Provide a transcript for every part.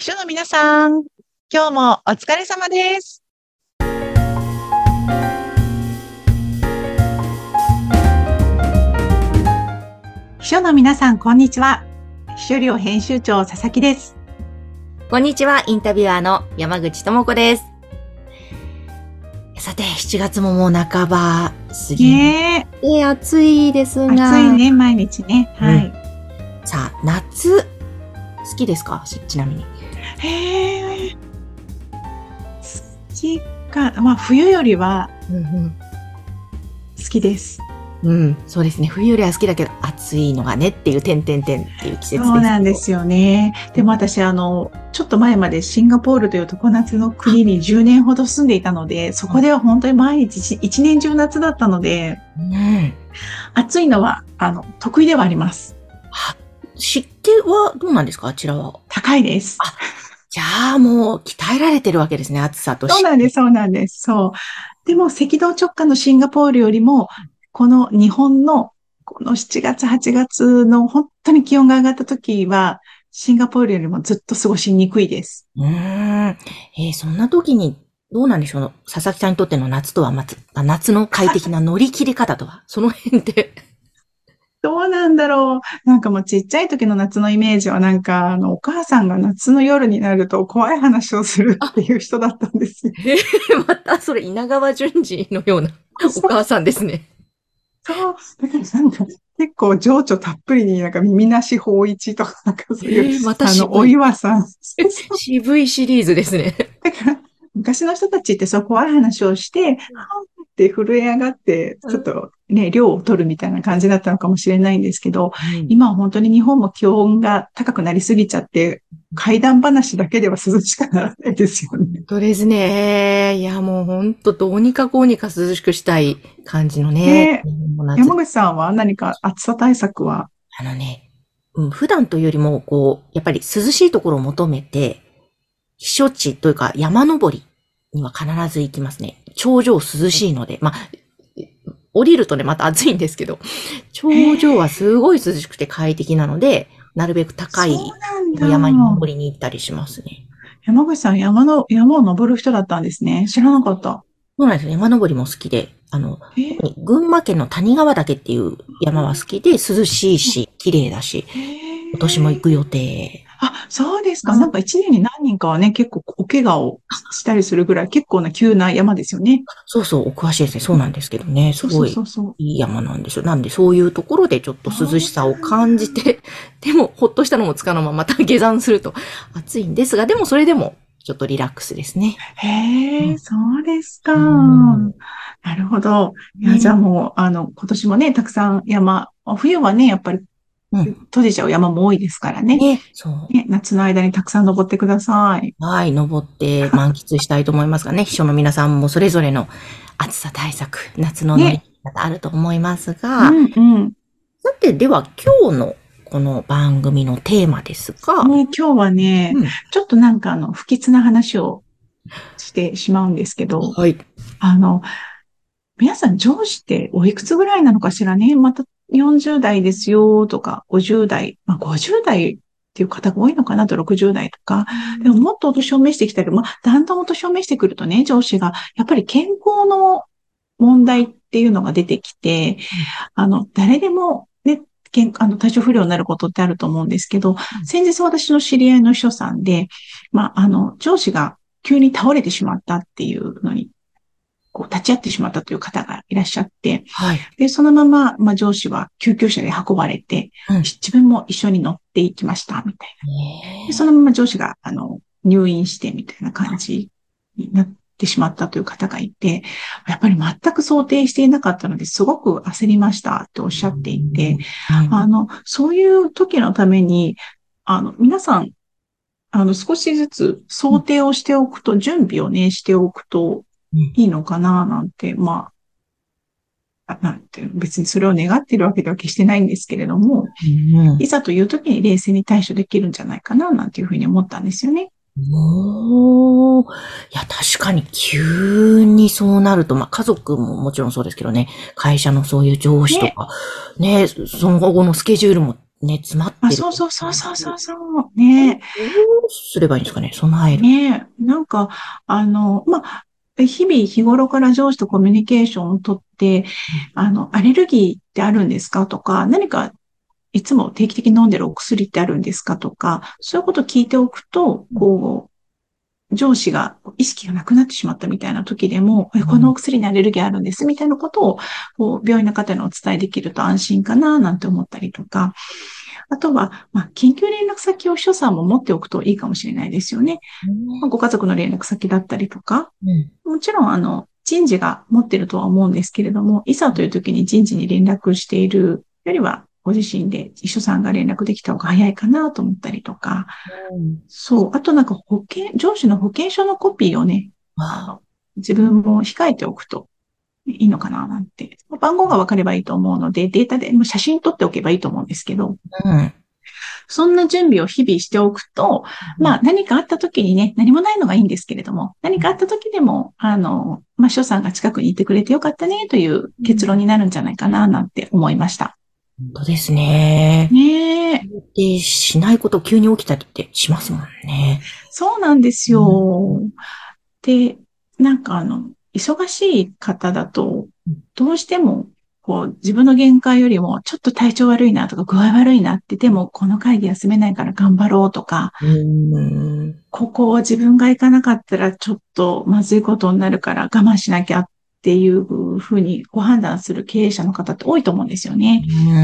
秘書の皆さん、今日もお疲れ様です。秘書の皆さん、こんにちは。秘書寮編集長、佐々木です。 こんにちは、インタビュアーの山口智子です。さて、7月ももう半ば過ぎ。暑いですが。 暑いね、毎日ね。はい。 さあ、夏、好きですか？ちなみに。 好きか、まあ冬よりは好きです。 そうですね。冬よりは好きだけど、暑いのがねっていう、っていう季節です。 そうなんですよね。でも私、ちょっと前までシンガポールという常夏の国に10年ほど住んでいたので、そこでは本当に毎日一年中夏だったので、暑いのは、得意ではあります。 湿気はどうなんですか？あちらは。 高いです。 じゃあもう鍛えられてるわけですね、暑さとして。 そうなんです。そう。でも赤道直下のシンガポールよりも、この日本のこの7月、8月の本当に気温が上がった時は、シンガポールよりもずっと過ごしにくいです。 そんな時にどうなんでしょう？佐々木さんにとっての夏とは夏の快適な乗り切り方とは、その辺で。 どうなんだろう。なんかもうちっちゃい時の夏のイメージはなんか、お母さんが夏の夜になると怖い話をするっていう人だったんですよ。 またそれ稲川淳二のようなお母さんですね。 そう。だからなんか結構情緒たっぷりになんか耳なし法一とかなんかそういう、 また渋い。 お岩さん。 渋いシリーズですね。 だから昔の人たちってそう怖い話をして、って震え上がって、ちょっとね、量を取るみたいな感じだったのかもしれないんですけど、今は本当に日本も気温が高くなりすぎちゃって、怪談話だけでは涼しくならないですよね。 本当ですね。いや、もう本当どうにかこうにか涼しくしたい感じのね。 山口さんは何か暑さ対策は？ 普段というよりも、やっぱり涼しいところを求めて、避暑地というか山登りには必ず行きますね。頂上涼しいので、降りるとね、また暑いんですけど、頂上はすごい涼しくて快適なので、なるべく高い山に登りに行ったりしますね。 山口さん、山を登る人だったんですね。知らなかった。 そうなんですね。山登りも好きで、群馬県の谷川岳っていう山は好きで、涼しいし、綺麗だし、今年も行く予定。 そうですか。なんか一年に何人かはね、結構お怪我をしたりするぐらい結構な急な山ですよね。 そうそう、お詳しいですね。そうなんですけどね。すごいいい山なんですよ。なんでそういうところでちょっと涼しさを感じて、でもほっとしたのもつかのまままた下山すると暑いんですが、でもそれでもちょっとリラックスですね。 そうですか。なるほど。いや、じゃあもう、今年もね、たくさん冬はね、やっぱり閉じちゃう山も多いですからね。夏の間にたくさん登ってください。 はい、登って満喫したいと思いますがね、秘書の皆さんもそれぞれの暑さ対策、夏の乗り切り方あると思いますが、さて、では今日のこの番組のテーマですが、 今日はね、ちょっとなんか不吉な話をしてしまうんですけど、皆さん上司っておいくつぐらいなのかしらね。また40代ですよとか、50代、50代っていう方が多いのかなと、60代とか。でももっとお年を召してきたり、だんだんお年を召してくるとね、上司が、やっぱり健康の問題っていうのが出てきて、誰でもね、体調不良になることってあると思うんですけど、先日私の知り合いの秘書さんで、上司が急に倒れてしまったっていうのに、立ち会ってしまったという方がいらっしゃって、で、そのまま、上司は救急車で運ばれて、自分も一緒に乗っていきました、みたいな。で、そのまま上司が、入院して、みたいな感じになってしまったという方がいて、やっぱり全く想定していなかったので、すごく焦りましたっておっしゃっていて、そういう時のために、皆さん、少しずつ想定をしておくと、準備をね、しておくと、いいのかななんて、別にそれを願っているわけでは決してないんですけれども、いざという時に冷静に対処できるんじゃないかななんていうふうに思ったんですよね。 いや、確かに急にそうなると、家族ももちろんそうですけどね、会社のそういう上司とか、ね、その後のスケジュールもね、詰まっあ、 てる。 そうそうそうそうそうそう。ねどうすればいいんですかね、備える。 ねなんか、日頃から上司とコミュニケーションをとって、アレルギーってあるんですかとか、何かいつも定期的に飲んでるお薬ってあるんですかとか、そういうことを聞いておくと、上司が意識がなくなってしまったみたいな時でも、このお薬にアレルギーあるんですみたいなことを、病院の方にお伝えできると安心かななんて思ったりとか、あとは、緊急連絡先を秘書さんも持っておくといいかもしれないですよね。ご家族の連絡先だったりとか、 うん。 もちろん、人事が持ってるとは思うんですけれども、いざという時に人事に連絡しているよりは、ご自身で秘書さんが連絡できた方が早いかなと思ったりとか、 うん。 そう。あとなんか上司の保険証のコピーをね、 あ自分も控えておくといいのかななんて。番号が分かればいいと思うので、データでもう写真撮っておけばいいと思うんですけど、 うん。 そんな準備を日々しておくと、何かあった時にね、何もないのがいいんですけれども、何かあった時でも、秘書さんが近くにいてくれてよかったねという結論になるんじゃないかななんて思いました。 本当ですね。 ねえ。 で、しないこと急に起きたりってしますもんね。 そうなんですよ。で、忙しい方だと、どうしても、自分の限界よりも、ちょっと体調悪いなとか、具合悪いなって、でも、この会議休めないから頑張ろうとか、 うん。 ここを自分が行かなかったら、ちょっとまずいことになるから我慢しなきゃっていうふうにご判断する経営者の方って多いと思うんですよね。 うん。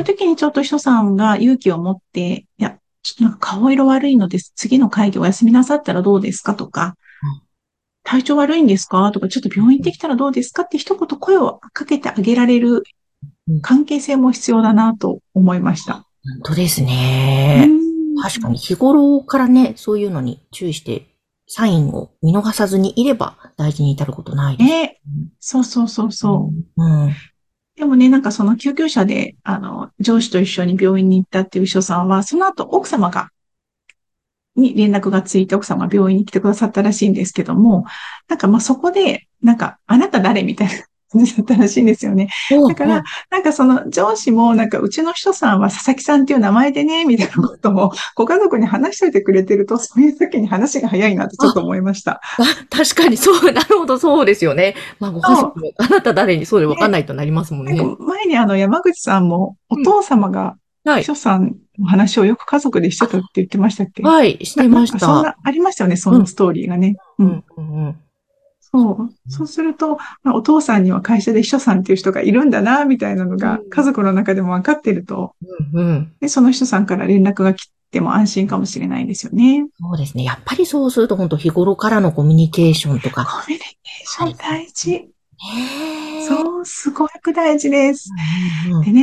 そういう時にちょっと秘書さんが勇気を持って、いや、ちょっとなんか顔色悪いのです。次の会議お休みなさったらどうですかとか、体調悪いんですかとか、ちょっと病院行ってきたらどうですかって一言声をかけてあげられる関係性も必要だなと思いました。 本当ですうーね。確かん。 に日頃からね、そういうのに注意して、サインを見逃さずにいれば大事に至ることないです。 ね。そうそうそうそう。 うん。 でもね、なんかその救急車で、上司と一緒に病院に行ったっていう秘書さんは、その後奥様に連絡がついて奥様が病院に来てくださったらしいんですけども、そこで、あなた誰みたいな感じだったらしいんですよね。だから、 おうおう。 その上司も、うちの人さんは佐々木さんっていう名前でね、みたいなことをご家族に話しておいてくれてると、そういう時に話が早いなとちょっと思いました。 確かにそう、なるほど、そうですよね。ご家そ族も、あなた誰にそうでう。 分かんね。 ないとなりますもんね。 前に山口さんも、おうん。 父様が秘はい。 書さんの話をよく家族でしてたって言ってましたっけ？ はい、してました。 そんな、ありますよね、そうん、 んなストーリーがね。うん。 うん、うん、うん。 そう。そうすると、お父さんには会社で秘書さんっていう人がいるんだな、みたいなのが家うん、 族の中でも分かってると、 うん。 で、その秘書さんから連絡が来ても安心かもしれないですよね。 そうですね。やっぱりそうすると本当日頃からのコミュニケーションとか、 コミュニケーション大切大事。 ね。 そう、すごく大事です。 うん、うん。 でね、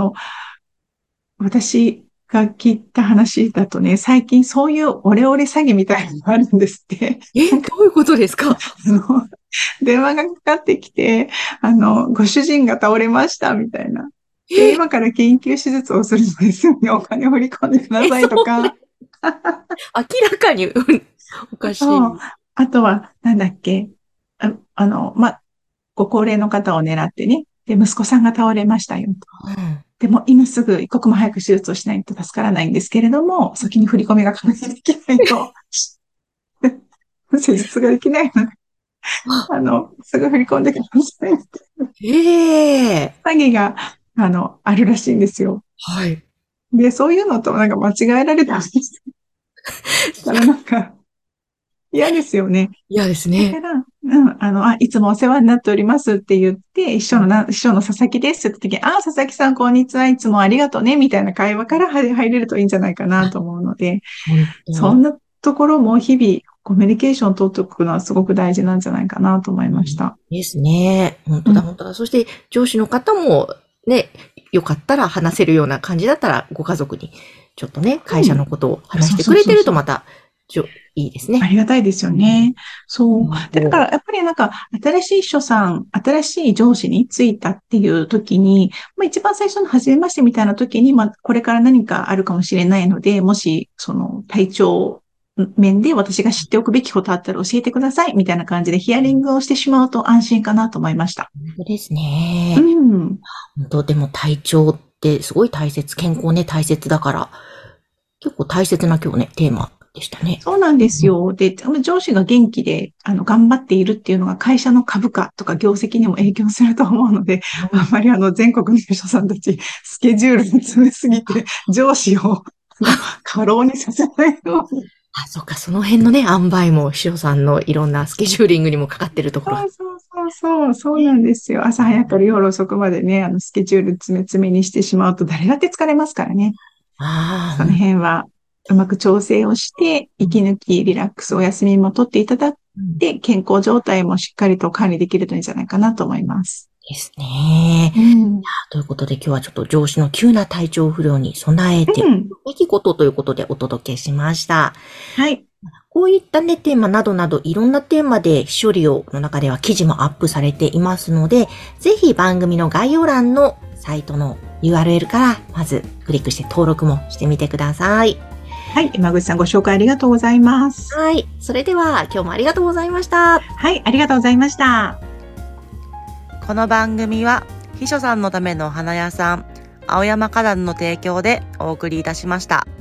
私が聞いた話だとね、最近そういうオレオレ詐欺みたいなのがあるんですって。 どういうことですか？ あの、電話がかかってきて、ご主人が倒れました、みたいな。で、 え、 今から緊急手術をするのですぐにお金を振り込んでくださいとか、 明らかに、おかしそう。 い。 あとは、なんだっけ、ご高齢の方を狙ってね、で、息子さんが倒れましたよ。 うん。 でも、今すぐ一刻も早く手術をしないと助からないんですけれども、先に振り込みが確認できないと、施術ができないので、 あ、 すぐ振り込んでください。 ええ、 詐欺が、あるらしいんですよ。 はい。 で、そういうのと間違えられたりしたら嫌ですよね。 嫌ですね。 だから、いつもお世話になっておりますって言って、秘書の佐々木ですって時に、佐々木さんこんにちは、いつもありがとうね、みたいな会話から入れるといいんじゃないかなと思うので、 本当そんなところも日々コミュニケーションを取っておくのはすごく大事なんじゃないかなと思いました。 ですね。本当だ、 うん。 本当だ。そして、上司の方も、ね、よかったら話せるような感じだったら、ご家族に、ちょっとね、会社うん。 のことを話しそうてくれてそうそうそう。 るとまた、いいですね。 ありがたいですよね。そう。で、だかもら、やっぱり新しい秘書さん、新しい上司に就いたっていう時に、一番最初の初めましてみたいな時に、これから何かあるかもしれないので、もし、その、体調面で私が知っておくべきことあったら教えてください、みたいな感じでヒアリングをしてしまうと安心かなと思いました。 本当ですうね。 ん。 本当、でも体調っってすごい大切、健康ね、大切だから、結構大切な今日ね、テーマでしたね。 そうなんですよ。で、上司が元気で、頑張っているっていうのが会社の株価とか業績にも影響すると思うので、あんまり全国の秘書さんたち、スケジュールに詰めすぎて、上司を、過労にさせないように。 あ、そっか、その辺のね、塩梅も、しおさんのいろんなスケジューリングにもかかってるところが。 そうなんですよ。朝早くから夜遅くまでね、スケジュール詰め詰めにしてしまうと誰だって疲れますからね。 ああ、 その辺はうまく調整をして、息抜き、リラックス、お休みも取っていただいて、健康状態もしっかりと管理できるといいんじゃないかなと思います。 ですね。 うん。 ということで今日はちょっと上司の急な体調不良に備えて、 うん。 べきことということでお届けしました。 はい。 こういったね、テーマなどなど、いろんなテーマで処理をの中では記事もアップされていますので、ぜひ番組の概要欄のサイトの URL からまずクリックして登録もしてみてください。 はい。山口さんご紹介ありがとうございます。 はい。それでは今日もありがとうございました。 はい。ありがとうございました。 この番組は秘書さんのためのお花屋さん青山花壇の提供でお送りいたしました。